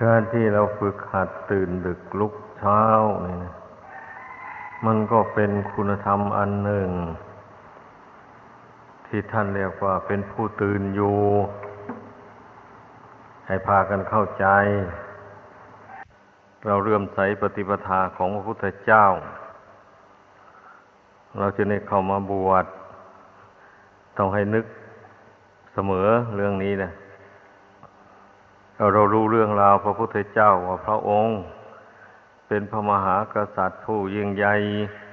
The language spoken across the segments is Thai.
การที่เราฝึกหัดตื่นดึกลุกเช้านี่นะมันก็เป็นคุณธรรมอันหนึ่งที่ท่านเรียกว่าเป็นผู้ตื่นอยู่ให้พากันเข้าใจเราเลื่อมใสปฏิปทาของพระพุทธเจ้าเราจะได้เข้ามาบวชต้องให้นึกเสมอเรื่องนี้นะเรารู้เรื่องราวพระพุทธเจ้าว่าพระองค์เป็นพระมหากษัตริย์ผู้ยิ่งใหญ่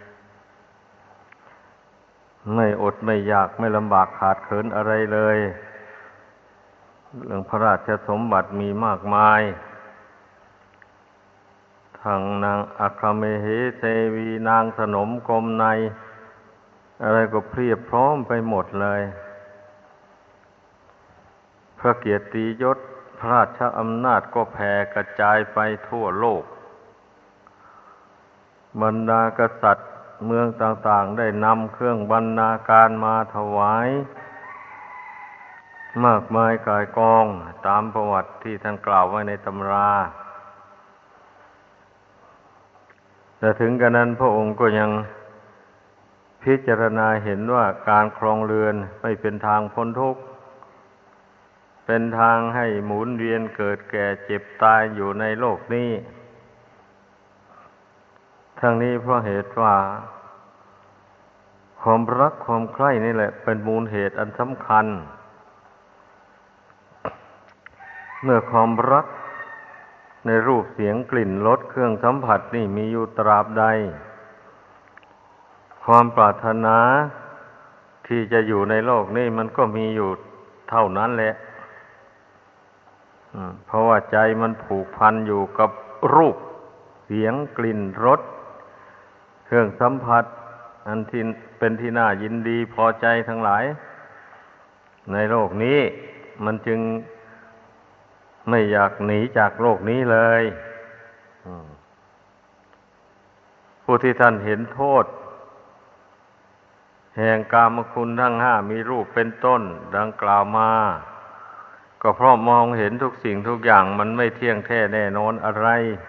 ไม่อดไม่อยากไม่ลำบากขาดเขินอะไรเลยเรื่องพระราชสมบัติมีมากมายทางนางอัครเมเหเสวีนางสนมกรมในอะไรก็เพียบพร้อมไปหมดเลยพระเกียรติยศพระราชอำนาจก็แผ่กระจายไปทั่วโลกบรรดากษัตริย์เมืองต่างๆได้นำเครื่องบรรณาการมาถวายมากมายก่ายกองตามประวัติที่ท่านกล่าวไว้ในตำราแต่ถึงกระนั้นพระองค์ก็ยังพิจารณาเห็นว่าการครองเรือนไม่เป็นทางพ้นทุกข์เป็นทางให้หมุนเวียนเกิดแก่เจ็บตายอยู่ในโลกนี้ทั้งนี้เพราะเหตุว่าความรักความใคร่นี่แหละเป็นมูลเหตุอันสำคัญเมื่อความรักในรูปเสียงกลิ่นรสเครื่องสัมผัสนี่มีอยู่ตราบใดความปรารถนาที่จะอยู่ในโลกนี้มันก็มีอยู่เท่านั้นแหละเพราะว่าใจมันผูกพันอยู่กับรูปเสียงกลิ่นรสเครื่องสัมผัสอันที่เป็นที่น่ายินดีพอใจทั้งหลายในโลกนี้มันจึงไม่อยากหนีจากโลกนี้เลยผู้ที่ท่านเห็นโทษแห่งกามคุณทั้งห้ามีรูปเป็นต้นดังกล่าวมาก็เพราะมองเห็นทุกสิ่งทุกอย่างมันไม่เที่ยงแท้แน่นอนอะไร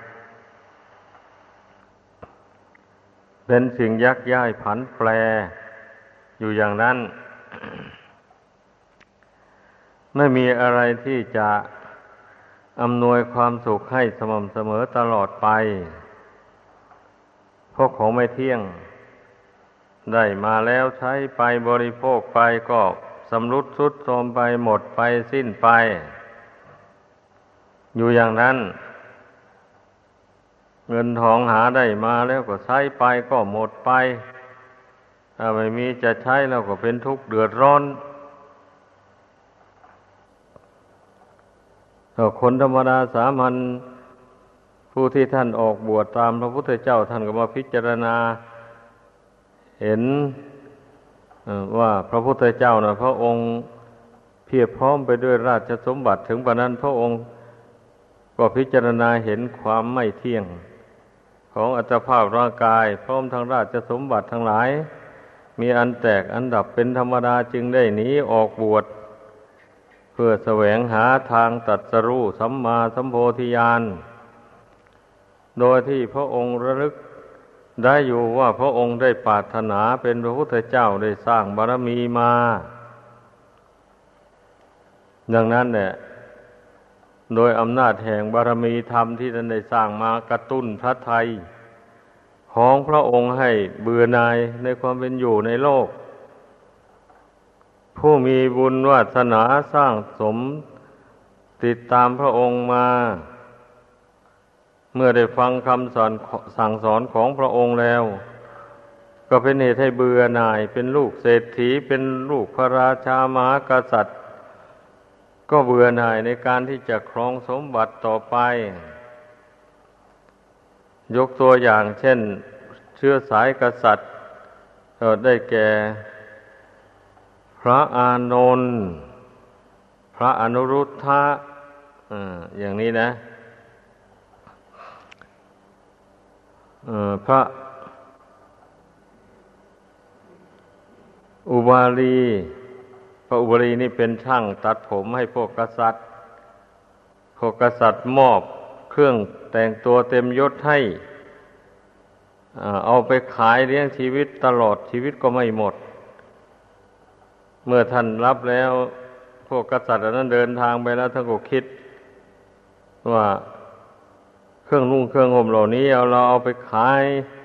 เป็นสิ่งยักย้ายผันแปรอยู่อย่างนั้น ไม่มีอะไรที่จะอำนวยความสุขให้สม่ำเสมอตลอดไปเพราะของไม่เที่ยงได้มาแล้วใช้ไปบริโภคไปก็สำรุดทรุดโทรมไปหมดไปสิ้นไปอยู่อย่างนั้นเงินทองหาได้มาแล้วก็ใช้ไปก็หมดไปถ้าไม่มีจะใช้แล้วก็เป็นทุกข์เดือดร้อนคนธรรมดาสามัญผู้ที่ท่านออกบวชตามพระพุทธเจ้าท่านก็มาพิจารณาเห็นว่าพระพุทธเจ้านะพระองค์เพียบพร้อมไปด้วยราชสมบัติถึงปานนั้นพระองค์ก็พิจารณาเห็นความไม่เที่ยงของอัตภาพร่างกายพร้อมทั้งราชสมบัติทั้งหลายมีอันแตกอันดับเป็นธรรมดาจึงได้หนีออกบวชเพื่อแสวงหาทางตรัสรู้สัมมาสัมโพธิญาณโดยที่พระองค์ระลึกได้อยู่ว่าพระองค์ได้ปรารถนาเป็นพระพุทธเจ้าได้สร้างบารมีมาดังนั้นเนี่ยโดยอำนาจแห่งบารมีธรรมที่ท่านได้สร้างมากระตุ้นพระทัยของพระองค์ให้เบื่อหน่ายในความเป็นอยู่ในโลกผู้มีบุญวาสนาสร้างสมติดตามพระองค์มาเมื่อได้ฟังคำสั่งสอนของพระองค์แล้วก็เป็นเหตุให้เบื่อหน่ายเป็นลูกเศรษฐีเป็นลูกพระราชามหากษัตริย์ก็เบื่อหน่ายในการที่จะครองสมบัติต่อไปยกตัวอย่างเช่นเชื้อสายกษัตริย์ได้แก่พระอานนท์พระอนุรุทธะอย่างนี้นะพระอุบาลีพระอุบาลีนี่เป็นช่างตัดผมให้พวกกษัตริย์มอบเครื่องแต่งตัวเต็มยศให้เอาไปขายเลี้ยงชีวิตตลอดชีวิตก็ไม่หมดเมื่อท่านรับแล้วพวกกษัตริย์นั้นเดินทางไปแล้วท่านก็คิดว่าเครื่องนุ่งเครื่องห่มเหล่านี้เราเอาไปขาย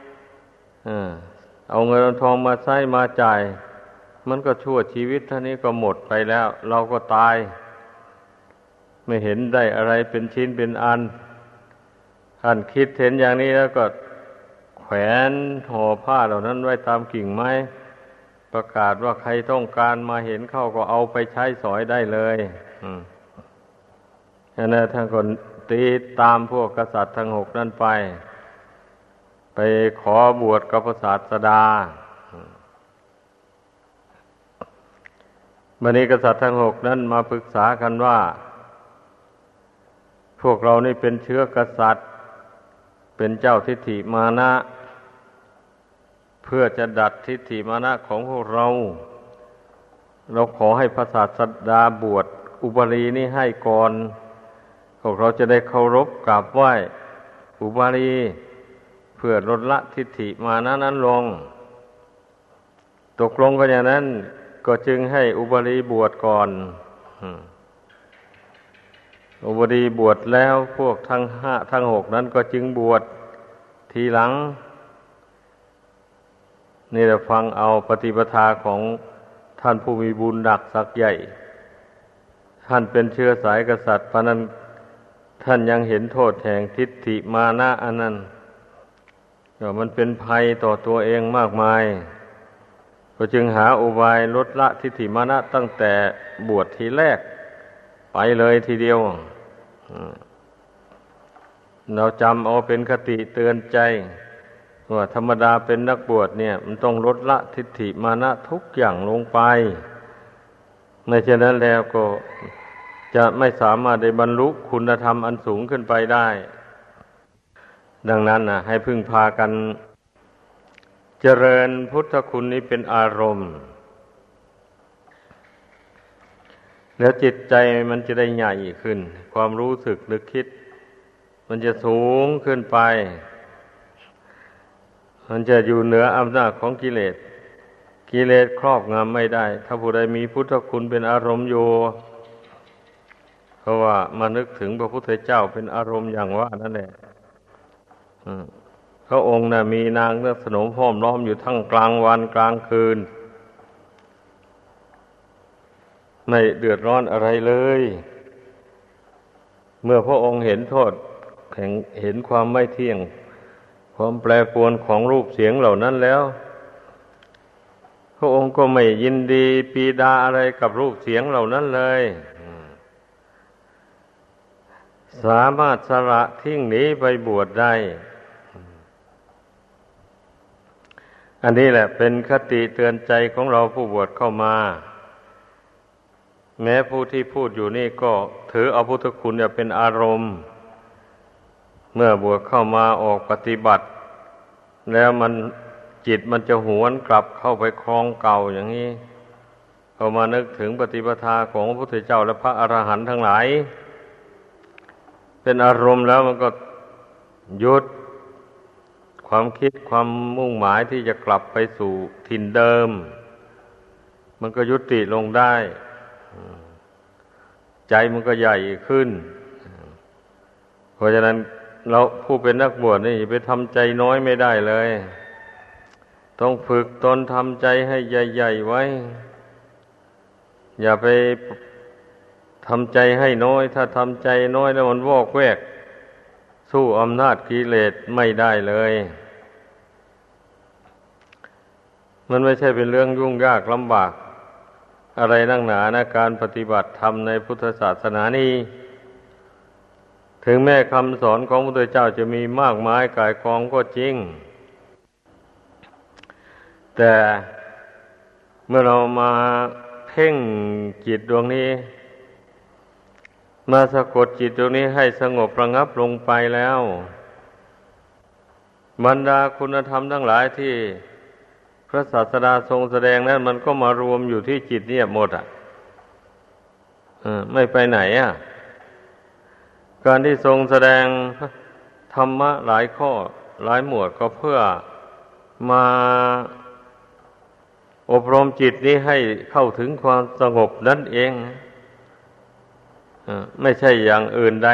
เอาเงินเอาทองมาใช้มาจ่ายมันก็ชั่วชีวิตเท่านี้ก็หมดไปแล้วเราก็ตายไม่เห็นได้อะไรเป็นชิ้นเป็นอันท่านคิดเห็นอย่างนี้แล้วก็แขวนห่อผ้าเหล่านั้นไว้ตามกิ่งไม้ประกาศว่าใครต้องการมาเห็นเข้าก็เอาไปใช้สอยได้เลยอันนั้นท่านก็ตีตามพวกกษัตริย์ทั้ง 6นั้นไปขอบวชกับพระศาสดาบัดนี้กษัตริย์ทั้ง 6นั้นมาปรึกษากันว่าพวกเรานี่เป็นเชื้อกษัตริย์เป็นเจ้าทิฏฐิมานะเพื่อจะดัดทิฏฐิมานะของพวกเราขอให้พระศาสดาบวชอุบาลีนี่ให้ก่อนพวกเราจะได้เคารพกราบไหว้อุบาลีเพื่อลดละทิฏฐิมานะนั้นลงตกลงกันอย่างนั้นก็จึงให้อุบาลีบวชก่อนอุบาลีบวชแล้วพวกทั้ง 6นั้นก็จึงบวชทีหลังนี่เราฟังเอาปฏิปทาของท่านผู้มีบุญหนักสักใหญ่ท่านเป็นเชื้อสายกษัตริย์เพราะนั้นท่านยังเห็นโทษแห่งทิฏฐิมานะอันนั้นมันเป็นภัยต่อตัวเองมากมายก็จึงหาอุบายลดละทิฏฐิมานะตั้งแต่บวชทีแรกไปเลยทีเดียวเราจำเอาเป็นคติเตือนใจว่าธรรมดาเป็นนักบวชเนี่ยมันต้องลดละทิฏฐิมานะทุกอย่างลงไปไม่เช่นนั้นแล้วก็จะไม่สามารถได้บรรลุคุณธรรมอันสูงขึ้นไปได้ดังนั้นให้พึ่งพากันเจริญพุทธคุณนี้เป็นอารมณ์แล้วจิตใจมันจะได้ใหญ่ขึ้นความรู้สึกนึกคิดมันจะสูงขึ้นไปมันจะอยู่เหนืออำนาจของกิเลสครอบงำไม่ได้ถ้าผู้ใดมีพุทธคุณเป็นอารมณ์อยู่เพราะว่ามานึกถึงพระพุทธเจ้าเป็นอารมณ์อย่างว่านั่นแหละพระองค์มีนางสนมห้อมล้อมอยู่ทั้งกลางวันกลางคืนไม่เดือดร้อนอะไรเลยเมื่อพระองค์เห็นโทษเห็นความไม่เที่ยงความแปรปรวนของรูปเสียงเหล่านั้นแล้วพระองค์ก็ไม่ยินดีปีดาอะไรกับรูปเสียงเหล่านั้นเลยสามารถสละทิ้งหนีไปบวชได้อันนี้แหละเป็นคติเตือนใจของเราผู้บวชเข้ามาแม้ผู้ที่พูดอยู่นี่ก็ถือเอาพุทธคุณเป็นอารมณ์เมื่อบวชเข้ามาออกปฏิบัติแล้วจิตมันจะหวนกลับเข้าไปครองเก่าอย่างนี้เข้ามานึกถึงปฏิปทาของพระพุทธเจ้าและพระอรหันต์ทั้งหลายเป็นอารมณ์แล้วมันก็หยุดความคิดความมุ่งหมายที่จะกลับไปสู่ถิ่นเดิมมันก็ยุติลงได้ใจมันก็ใหญ่ขึ้นเพราะฉะนั้นเราผู้เป็นนักบวชนี่ไปทำใจน้อยไม่ได้เลยต้องฝึกตนทำใจให้ใหญ่ๆไว้อย่าไปทำใจให้น้อยถ้าทำใจน้อยแล้วมันวอกแวกสู้อำนาจกิเลสไม่ได้เลยมันไม่ใช่เป็นเรื่องยุ่งยากลำบากอะไรนักหนานะการปฏิบัติธรรมในพุทธศาสนานี้ถึงแม้คำสอนของพระพุทธเจ้าจะมีมากมายก่ายกองก็จริงแต่เมื่อเรามาเพ่งจิตดวงนี้มาสะกดจิตดวงนี้ให้สงบระงับลงไปแล้วบรรดาคุณธรรมทั้งหลายที่พระศาสดาทรงแสดงนั้นมันก็มารวมอยู่ที่จิตเนี่ยหมดไม่ไปไหนการที่ทรงแสดงธรรมะหลายข้อหลายหมวดก็เพื่อมาอบรมจิตนี้ให้เข้าถึงความสงบนั่นเองไม่ใช่อย่างอื่นใด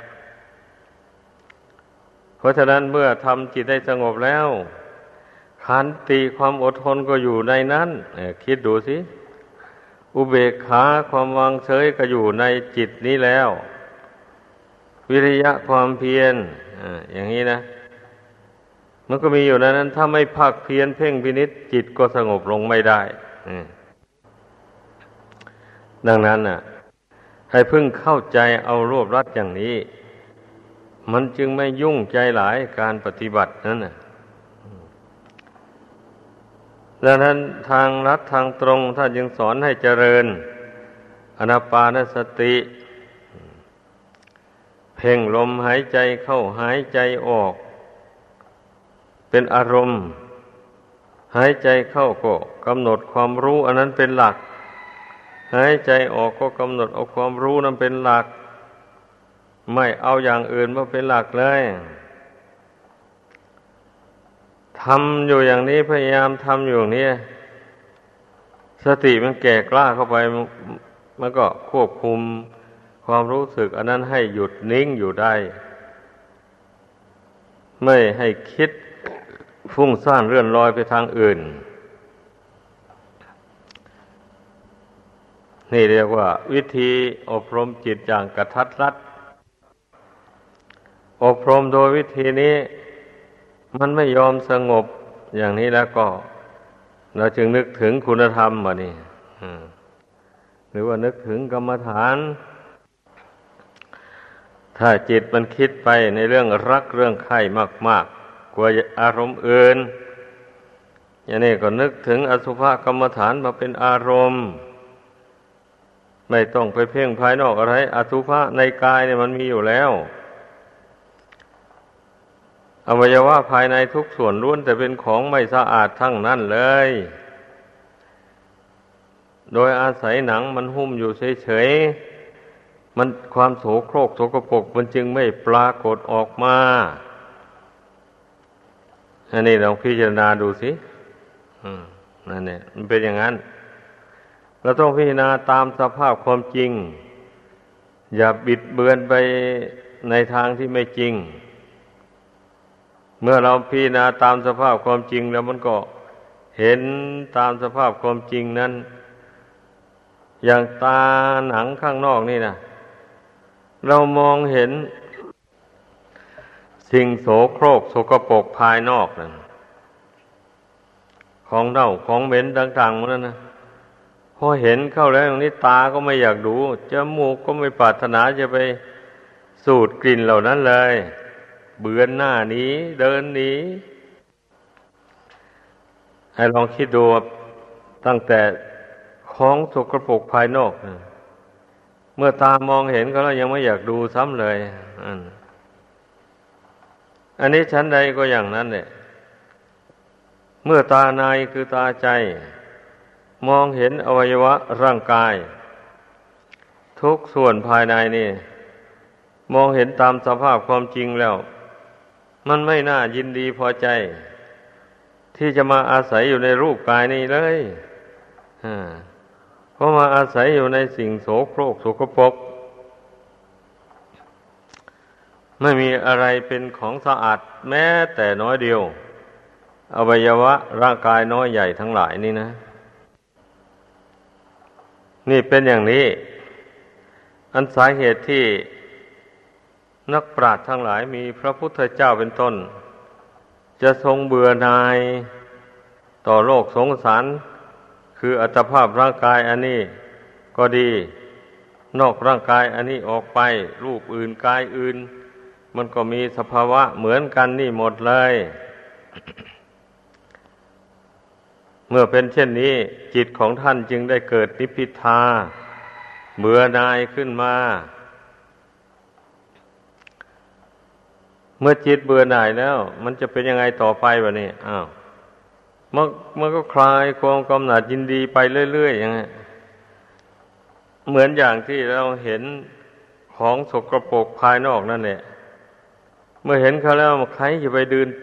เพราะฉะนั้นเมื่อทำจิตได้สงบแล้วขันติความอดทนก็อยู่ในนั้นคิดดูสิอุเบกขาความวางเฉยก็อยู่ในจิตนี้แล้ววิริยะความเพียรอย่างนี้นะมันก็มีอยู่ในนั้นถ้าไม่ภาคเพียรเพ่งพินิจจิตก็สงบลงไม่ได้ดังนั้นน่ะให้พึ่งเข้าใจเอารวบรัดอย่างนี้มันจึงไม่ยุ่งใจหลายการปฏิบัตินั้นน่ะดังนั้นทางลัดทางตรงท่านจึงสอนให้เจริญอานาปานสติเพ่งลมหายใจเข้าหายใจออกเป็นอารมณ์หายใจเข้าก็กำหนดความรู้อันนั้นเป็นหลักหายใจออกก็กำหนดเอาความรู้นั้นเป็นหลักไม่เอาอย่างอื่นมาเป็นหลักเลยทำอยู่อย่างนี้พยายามทำอยู่อย่างนี้สติมันแก่กล้าเข้าไปมันก็ควบคุมความรู้สึกอันนั้นให้หยุดนิ่งอยู่ได้ไม่ให้คิดฟุ้งซ่านเลื่อนลอยไปทางอื่นนี่เรียกว่าวิธีอบรมจิตอย่างกระทัดรัดอบรมโดยวิธีนี้มันไม่ยอมสงบอย่างนี้แล้วก็เราจึงนึกถึงคุณธรรมมานี่หรือว่านึกถึงกรรมฐานถ้าจิตมันคิดไปในเรื่องรักเรื่องใคร่มากๆกลัวอารมณ์อื่นอย่างนี้ก็นึกถึงอสุภกรรมฐานมาเป็นอารมณ์ไม่ต้องไปเพ่งภายนอกอะไรอสุภะในกายเนี่ยมันมีอยู่แล้วอวัยวะภายในทุกส่วนล้วนแต่เป็นของไม่สะอาดทั้งนั้นเลยโดยอาศัยหนังมันหุ้มอยู่เฉยๆมันความโสโครกโสกปรกมันจึงไม่ปรากฏออกมาอันนี้ลองพิจารณาดูสินั่นเนี่ยมันเป็นอย่างนั้นเราต้องพิจารณาตามสภาพความจริงอย่าบิดเบือนไปในทางที่ไม่จริงเมื่อเราพิจารณาตามสภาพความจริงแล้วมันก็เห็นตามสภาพความจริงนั้นอย่างตาหนังข้างนอกนี่นะเรามองเห็นสิ่งโสโครกสกปรกภายนอกนั่นของเน่าของเหม็นต่างๆนั่นนะพอเห็นเข้าแล้วอย่างนี้ตาก็ไม่อยากดูจมูกก็ไม่ปรารถนาจะไปสูดกลิ่นเหล่านั้นเลยเบือนหน้าหนีเดินหนีให้ลองคิดดูตั้งแต่ของสกปรกภายนอกเมื่อตามองเห็นก็แล้วยังไม่อยากดูซ้ำเลยอันนี้ชั้นใดก็อย่างนั้นเนี่ยเมื่อตาในคือตาใจมองเห็นอวัยวะร่างกายทุกส่วนภายในนี่มองเห็นตามสภาพความจริงแล้วมันไม่น่ายินดีพอใจที่จะมาอาศัยอยู่ในรูปกายนี้เลยเพราะมาอาศัยอยู่ในสิ่งโสโครกสกปรกไม่มีอะไรเป็นของสะอาดแม้แต่น้อยเดียวอวัยวะร่างกายน้อยใหญ่ทั้งหลายนี่นะนี่เป็นอย่างนี้อันสาเหตุที่นักปราชญ์ทั้งหลายมีพระพุทธเจ้าเป็นต้นจะทรงเบื่อหน่ายต่อโลกสงสารคืออัตภาพร่างกายอันนี้ก็ดีนอกร่างกายอันนี้ออกไปรูปอื่นกายอื่นมันก็มีสภาวะเหมือนกันนี่หมดเลยเมื่อเป็นเช่นนี้จิตของท่านจึงได้เกิดนิพพิทาเบื่อหน่ายขึ้นมาเมื่อจิตเบื่อหน่ายแล้วมันจะเป็นยังไงต่อไปวะนี่มันก็คลายความกำหนัดยินดีไปเรื่อยๆอย่างนี้เหมือนอย่างที่เราเห็นคของสกปรกภายนอกนั่นแหละเมื่อเห็นเขาแล้วใครจะไป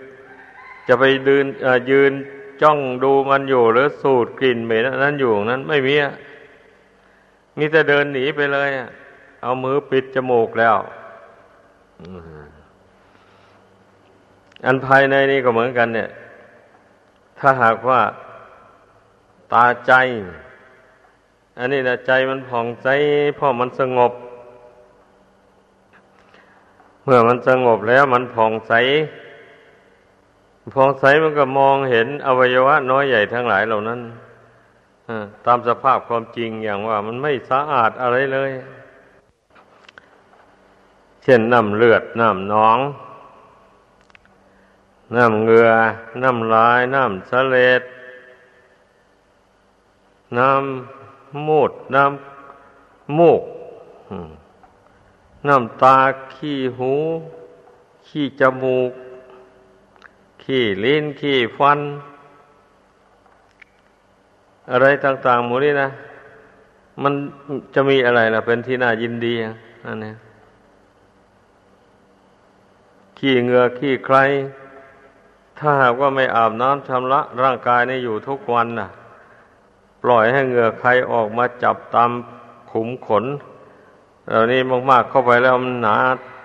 ยืนจ้องดูมันอยู่หรือสูดกลิ่นเหม็นอันนั้นอยู่นั้นไม่มีมีแต่เดินหนีไปเลยเอามือปิดจมูกแล้วอันภายในนี่ก็เหมือนกันเนี่ยถ้าหากว่าตาใจอันนี้นะใจมันผ่องใสเพราะมันสงบเมื่อมันสงบแล้วมันผ่องใสมันก็มองเห็นอวัยวะน้อยใหญ่ทั้งหลายเหล่านั้นตามสภาพความจริงอย่างว่ามันไม่สะอาดอะไรเลยเช่นน้ำเลือดน้ำหนองน้ำเหงื่อน้ำลายน้ำเสลดน้ำมูดน้ำมูกน้ำตาขี้หูขี้จมูกขี้ลิ้นขี้ฟันอะไรต่างๆหมดนี่นะมันจะมีอะไรล่ะเป็นที่น่ายินดีอันนี้ขี้เหงื่อขี้ใครถ้าหากว่าไม่อาบน้ำชำระร่างกายนี่อยู่ทุกวันน่ะปล่อยให้เหงื่อใครออกมาจับตามขุมขนเหล่านี้มากๆเข้าไปแล้วมันหนา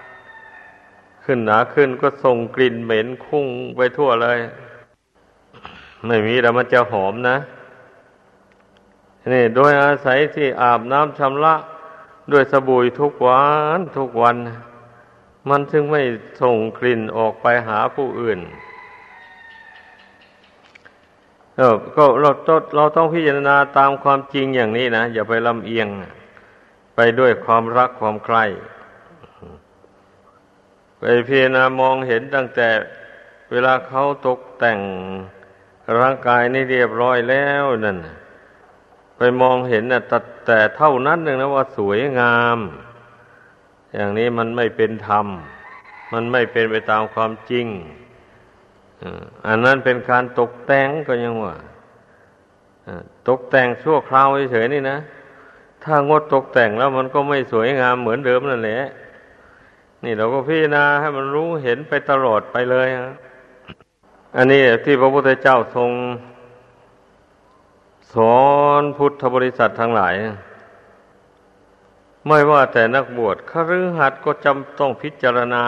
ขึ้นก็ส่งกลิ่นเหม็นคุ้งไปทั่วเลยไม่มีแต่มันจะหอมนะนี่โดยอาศัยที่อาบน้ำชำระด้วยสบู่ทุกวันมันจึงไม่ส่งกลิ่นออกไปหาผู้อื่นก็เราต้องพิจารณาตามความจริงอย่างนี้นะอย่าไปลำเอียงไปด้วยความรักความใคร่ไปพิจารณามองเห็นตั้งแต่เวลาเขาตกแต่งร่างกายนี่เรียบร้อยแล้วนั่นไปมองเห็นน่ะแต่เท่านั้นนึงนะว่าสวยงามอย่างนี้มันไม่เป็นธรรมมันไม่เป็นไปตามความจริงอันนั้นเป็นการตกแต่งก็ยังว่าตกแต่งชั่วคราวเฉยๆนี่นะถ้างดตกแต่งแล้วมันก็ไม่สวยงามเหมือนเดิมนั่นแหละนี่เราก็พิจารณาให้มันรู้เห็นไปตลอดไปเลยอันนี้ที่พระพุทธเจ้าทรงสอนพุทธบริษัททั้งหลายไม่ว่าแต่นักบวชคฤหัสถ์ก็จำต้องพิจารณา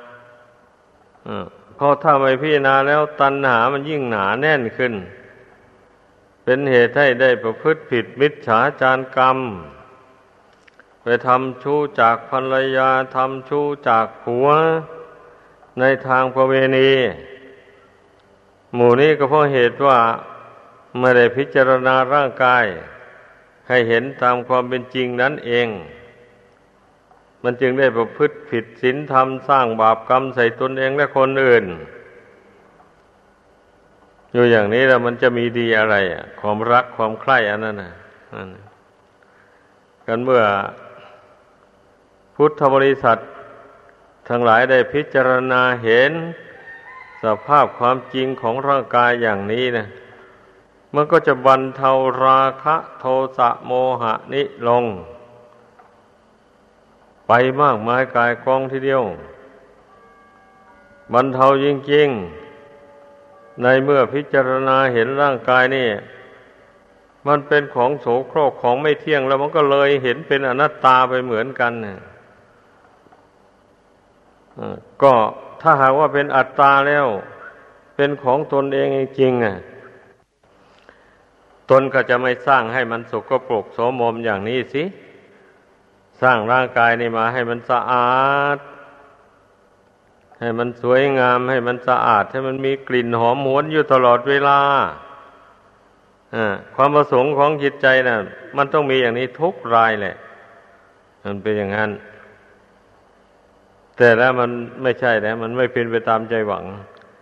เพราะถ้าไม่พิจารณาแล้วตัณหามันยิ่งหนาแน่นขึ้นเป็นเหตุให้ได้ประพฤติผิดมิจฉาจารกรรมไปทำชู้จากภรรยาทำชู้จากผัวในทางประเวณีหมู่นี้ก็เพราะเหตุว่าไม่ได้พิจารณาร่างกายให้เห็นตามความเป็นจริงนั้นเองมันจึงได้ประพฤติผิดศีลธรรมสร้างบาปกรรมใส่ตนเองและคนอื่นอยู่อย่างนี้แล้วมันจะมีดีอะไรความรักความใคร่อันนั้นน่ะกันเมื่อพุทธบริษัททั้งหลายได้พิจารณาเห็นสภาพความจริงของร่างกายอย่างนี้นะมันก็จะบรรเทาราคะโทสะโมหะนี้ลงไปมากมายกายกองทีเดียวบรรเทาจริงๆในเมื่อพิจารณาเห็นร่างกายนี่มันเป็นของโสโครกของไม่เที่ยงแล้วมันก็เลยเห็นเป็นอนัตตาไปเหมือนกันก็ถ้าหากว่าเป็นอัตตาแล้วเป็นของตนเองจริงๆตนก็จะไม่สร้างให้มันสกปรกโสมมอย่างนี้สิสร้างร่างกายนี่มาให้มันสะอาดให้มันสวยงามให้มันสะอาดให้มันมีกลิ่นหอมหวนอยู่ตลอดเวลาความประสงค์ของจิตใจน่ะมันต้องมีอย่างนี้ทุกรายแหละมันเป็นอย่างนั้นแต่แล้วมันไม่ใช่แล้วมันไม่เป็นไปตามใจหวัง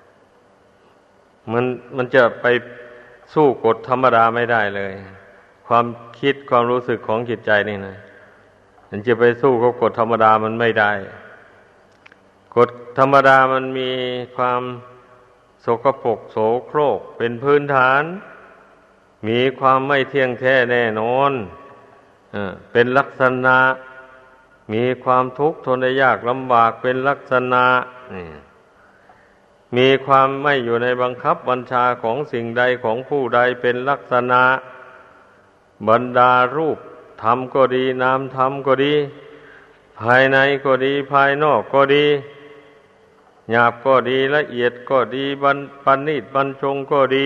มันจะไปสู้กฎธรรมดาไม่ได้เลยความคิดความรู้สึกของจิตใจนี่นะมันจะไปสู้กับกฎธรรมดามันไม่ได้กฎธรรมดามันมีความสกปรกโสโครกเป็นพื้นฐานมีความไม่เที่ยงแท้แน่นอนเป็นลักษณะมีความทุกข์ทนได้ยากลำบากเป็นลักษณะนี่มีความไม่อยู่ในบังคับบัญชาของสิ่งใดของผู้ใดเป็นลักษณะบรรดารูปธรรมก็ดีนามธรรมก็ดีภายในก็ดีภายนอกก็ดีหยาบก็ดีละเอียดก็ดีประณีตบรรจงก็ดี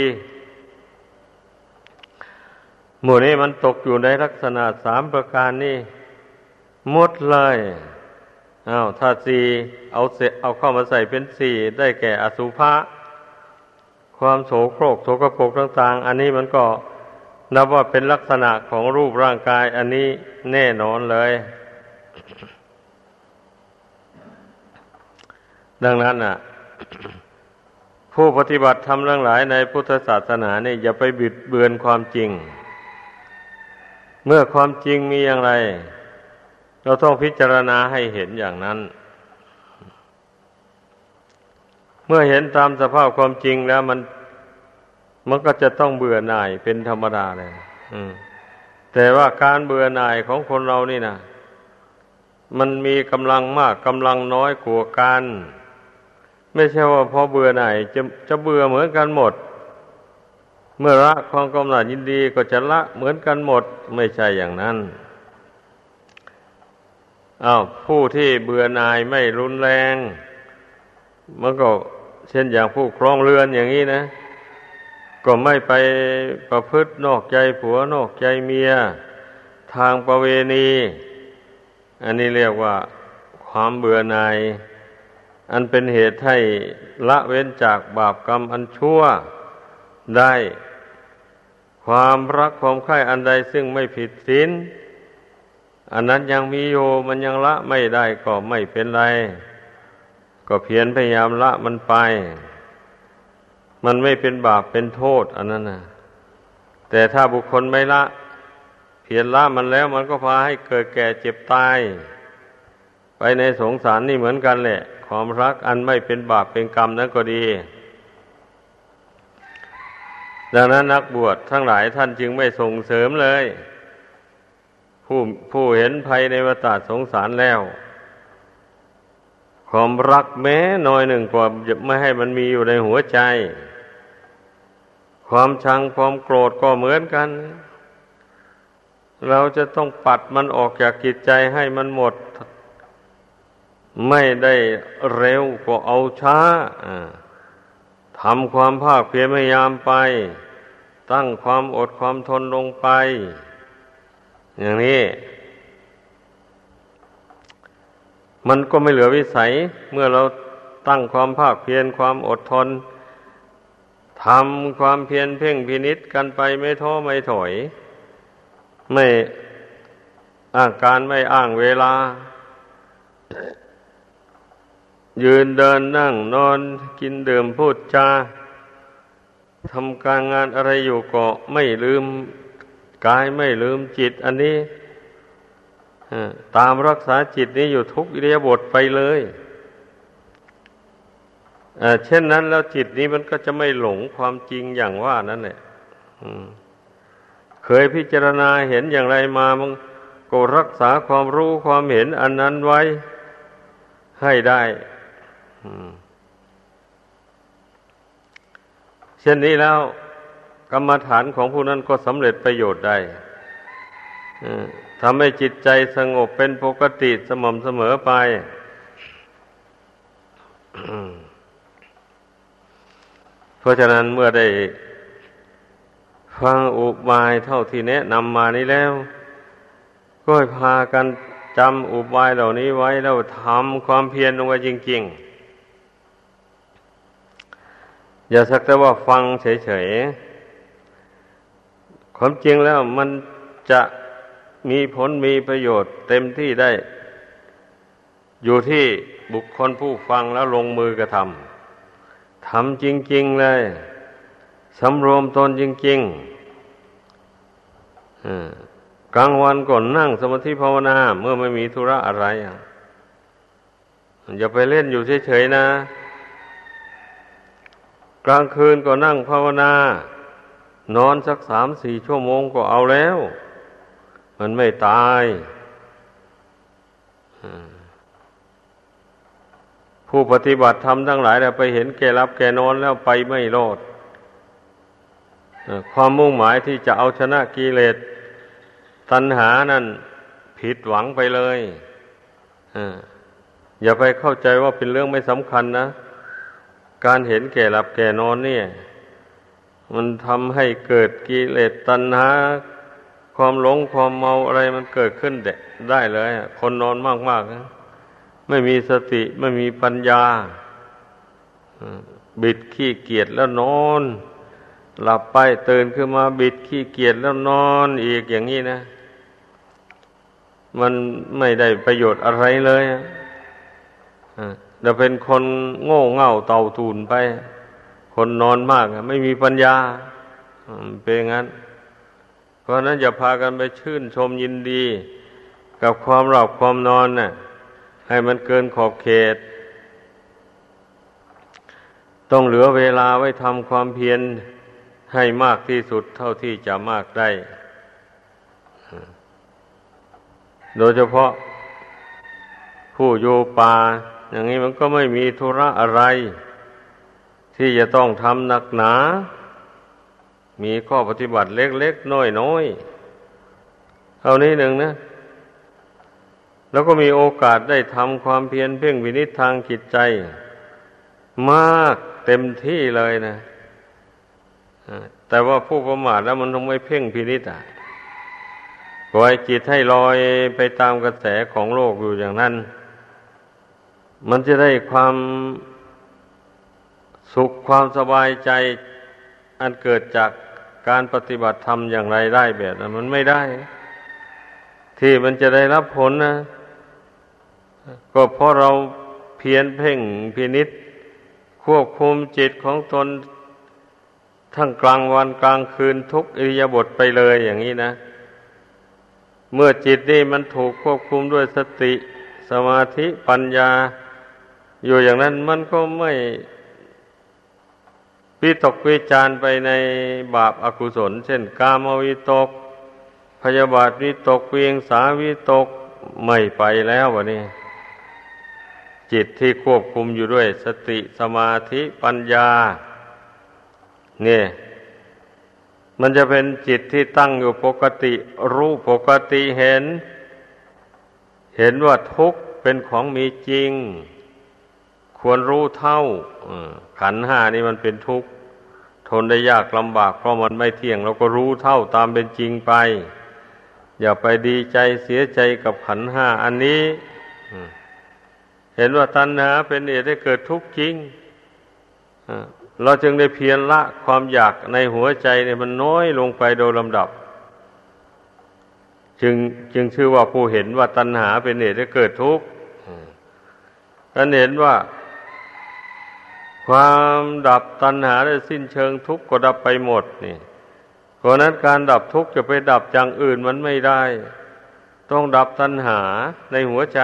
หมู่นี้มันตกอยู่ในลักษณะสามประการนี้หมดเลยถ้าสี่เอาเข้ามาใส่เป็นสี่ได้แก่อสุภะความโสโครกโสกโปรกต่างๆอันนี้มันก็นับว่าเป็นลักษณะของรูปร่างกายอันนี้แน่นอนเลยดังนั้นผู้ปฏิบัติธรรมทั้งหลายในพุทธศาสนานี่อย่าไปบิดเบือนความจริงเมื่อความจริงมีอย่างไรเราต้องพิจารณาให้เห็นอย่างนั้นเมื่อเห็นตามสภาพความจริงแล้วมันก็จะต้องเบื่อหน่ายเป็นธรรมดาเลยแต่ว่าการเบื่อหน่ายของคนเรานี่นะมันมีกำลังมากกำลังน้อยกว่ากันไม่ใช่ว่าพอเบื่อหน่ายจะเบื่อเหมือนกันหมดเมื่อละความกำหนัดยินดีก็จะละเหมือนกันหมดไม่ใช่อย่างนั้นผู้ที่เบื่อหน่ายไม่รุนแรงมันก็เช่นอย่างผู้ครองเรือนอย่างนี้นะก็ไม่ไปประพฤตินอกใจผัวนอกใจเมียทางประเวณีอันนี้เรียกว่าความเบื่อหน่ายอันเป็นเหตุให้ละเว้นจากบาปกรรมอันชั่วได้ความรักความใคร่อันใดซึ่งไม่ผิดศีลอันนั้นยังมีอยู่มันยังละไม่ได้ก็ไม่เป็นไรก็เพียรพยายามละมันไปมันไม่เป็นบาปเป็นโทษอันนั้นนะแต่ถ้าบุคคลไม่ละเพียรละมันแล้วมันก็พาให้เกิดแก่เจ็บตายไปในสงสารนี่เหมือนกันแหละความรักอันไม่เป็นบาปเป็นกรรมนั้นก็ดีดังนั้นนักบวชทั้งหลายท่านจึงไม่ส่งเสริมเลยผู้เห็นภัยในวัฏสงสารแล้วความรักแม้น้อยหนึ่งก็ไม่ให้มันมีอยู่ในหัวใจความชังความโกรธก็เหมือนกันเราจะต้องปัดมันออกจากจิตใจให้มันหมดไม่ได้เร็วก็เอาช้าทำความภาคเพียรพยายามไปตั้งความอดความทนลงไปอย่างนี้มันก็ไม่เหลือวิสัยเมื่อเราตั้งความภาคเพียรความอดทนทำความเพียรเพ่งพินิจกันไปไม่ท้อไม่ถอยไม่อ้างการไม่อ้างเวลายืนเดินนั่งนอนกินดื่มพูดจาทำการงานอะไรอยู่ก็ไม่ลืมกายไม่ลืมจิตอันนี้ตามรักษาจิตนี้อยู่ทุกอิริยาบถไปเลยเช่นนั้นแล้วจิตนี้มันก็จะไม่หลงความจริงอย่างว่านั่นแหละเคยพิจารณาเห็นอย่างไรมามันก็รักษาความรู้ความเห็นอันนั้นไว้ให้ได้เช่นนี้แล้วกรรมฐานของผู้นั้นก็สำเร็จประโยชน์ได้ทำให้จิตใจสงบเป็นปกติสม่ำเสมอไปเพราะฉะนั้นเมื่อได้ฟังอุบายเท่าที่แนะนำมานี้แล้วก็ให้พากันจำอุบายเหล่านี้ไว้แล้วทำความเพียรลงไปจริงๆอย่าสักแต่ว่าฟังเฉยๆความจริงแล้วมันจะมีผลมีประโยชน์เต็มที่ได้อยู่ที่บุคคลผู้ฟังแล้วลงมือกระทำจริงๆเลยสำรวมตนจริงๆกลางวันก่อนนั่งสมาธิภาวนาเมื่อไม่มีธุระอะไรอย่าไปเล่นอยู่เฉยๆนะกลางคืนก็นั่งภาวนานอนสัก 3-4 ชั่วโมงก็เอาแล้วมันไม่ตายผู้ปฏิบัติธรรมทั้งหลายไปเห็นแก่รับแก่นอนแล้วไปไม่รอดความมุ่งหมายที่จะเอาชนะกิเลสตัณหานั่นผิดหวังไปเลยอย่าไปเข้าใจว่าเป็นเรื่องไม่สำคัญนะการเห็นแก่หลับแก่นอนเนี่ยมันทำให้เกิดกิเลสตัณหาความหลงความเมาอะไรมันเกิดขึ้นได้เลยคนนอนมากๆนะไม่มีสติไม่มีปัญญาบิดขี้เกียจแล้วนอนหลับไปตื่นขึ้นมาบิดขี้เกียจแล้วนอนอีกอย่างนี้นะมันไม่ได้ประโยชน์อะไรเลยจะเป็นคนโง่เง่าเต่าตูนไปคนนอนมากไม่มีปัญญาเป็นงั้นเพราะนั้นอย่าพากันไปชื่นชมยินดีกับความหลับความนอนน่ะให้มันเกินขอบเขตต้องเหลือเวลาไว้ทำความเพียรให้มากที่สุดเท่าที่จะมากได้โดยเฉพาะผู้อยู่ป่าอย่างนี้มันก็ไม่มีธุระอะไรที่จะต้องทำหนักหนามีข้อปฏิบัติเล็กๆน้อยๆเท่านี้หนึ่งนะแล้วก็มีโอกาสได้ทำความเพียรเพ่งวินิจทางจิตใจมากเต็มที่เลยนะแต่ว่าผู้ประมาทแล้วมันต้องไม่เพ่งพินิจปล่อยจิตให้ลอยไปตามกระแสของโลกอยู่อย่างนั้นมันจะได้ความสุขความสบายใจอันเกิดจากการปฏิบัติธรรมอย่างไรได้แบบนั้นมันไม่ได้ที่มันจะได้รับผลนะก็เพราะเราเพียรเพ่งพินิจควบคุมจิตของตนทั้งกลางวันกลางคืนทุกอิริยาบถไปเลยอย่างนี้นะเมื่อจิตนี่มันถูกควบคุมด้วยสติสมาธิปัญญาอยู่อย่างนั้นมันก็ไม่วิตกวิจารไปในบาปอกุศลเช่นกามวิตกพยาบาทวิตกเวียงสาวิตกไม่ไปแล้ววะนี่จิตที่ควบคุมอยู่ด้วยสติสมาธิปัญญาเนี่ยมันจะเป็นจิตที่ตั้งอยู่ปกติรู้ปกติเห็นว่าทุกข์เป็นของมีจริงควรรู้เท่าขันธ์ห้านี่มันเป็นทุกข์ทนได้ยากลำบากเพราะมันไม่เที่ยงเราก็รู้เท่าตามเป็นจริงไปอย่าไปดีใจเสียใจกับขันธ์ห้าอันนี้เห็นว่าตัณหาเป็นเหตุให้เกิดทุกข์จริงเราจึงได้เพียรละความอยากในหัวใจเนี่ยมันน้อยลงไปโดยลำดับจึงชื่อว่าผู้เห็นว่าตัณหาเป็นเหตุให้เกิดทุกข์ท่านเห็นว่าความดับตัณหาได้สิ้นเชิงทุกข์ก็ดับไปหมดนี่เพราะนั้นการดับทุกข์จะไปดับอย่างอื่นมันไม่ได้ต้องดับตัณหาในหัวใจ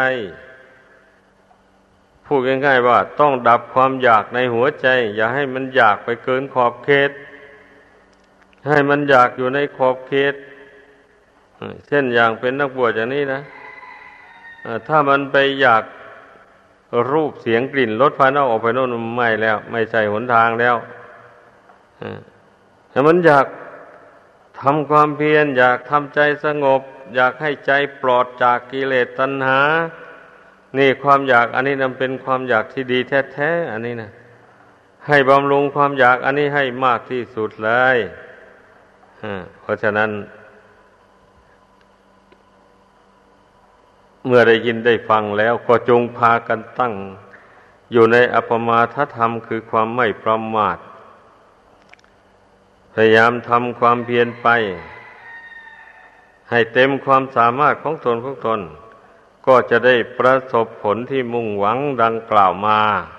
พูดง่ายๆว่าต้องดับความอยากในหัวใจอย่าให้มันอยากไปเกินขอบเขตให้มันอยากอยู่ในขอบเขตเช่นอย่างเป็นนักบวชอย่างนี้นะถ้ามันไปอยากรูปเสียงกลิ่นรสภายนอกออกไปโน่นไม่แล้วไม่ใช่หนทางแล้วแต่มันอยากทำความเพียรอยากทำใจสงบอยากให้ใจปลอดจากกิเลสตัณหานี่ความอยากอันนี้นั้นเป็นความอยากที่ดีแท้ๆอันนี้นะให้บำรุงความอยากอันนี้ให้มากที่สุดเลยเพราะฉะนั้นเมื่อได้ยินได้ฟังแล้วก็จงพากันตั้งอยู่ในอัปปมาทธรรมคือความไม่ประมาทพยายามทำความเพียรไปให้เต็มความสามารถของตนก็จะได้ประสบผลที่มุ่งหวังดังกล่าวมา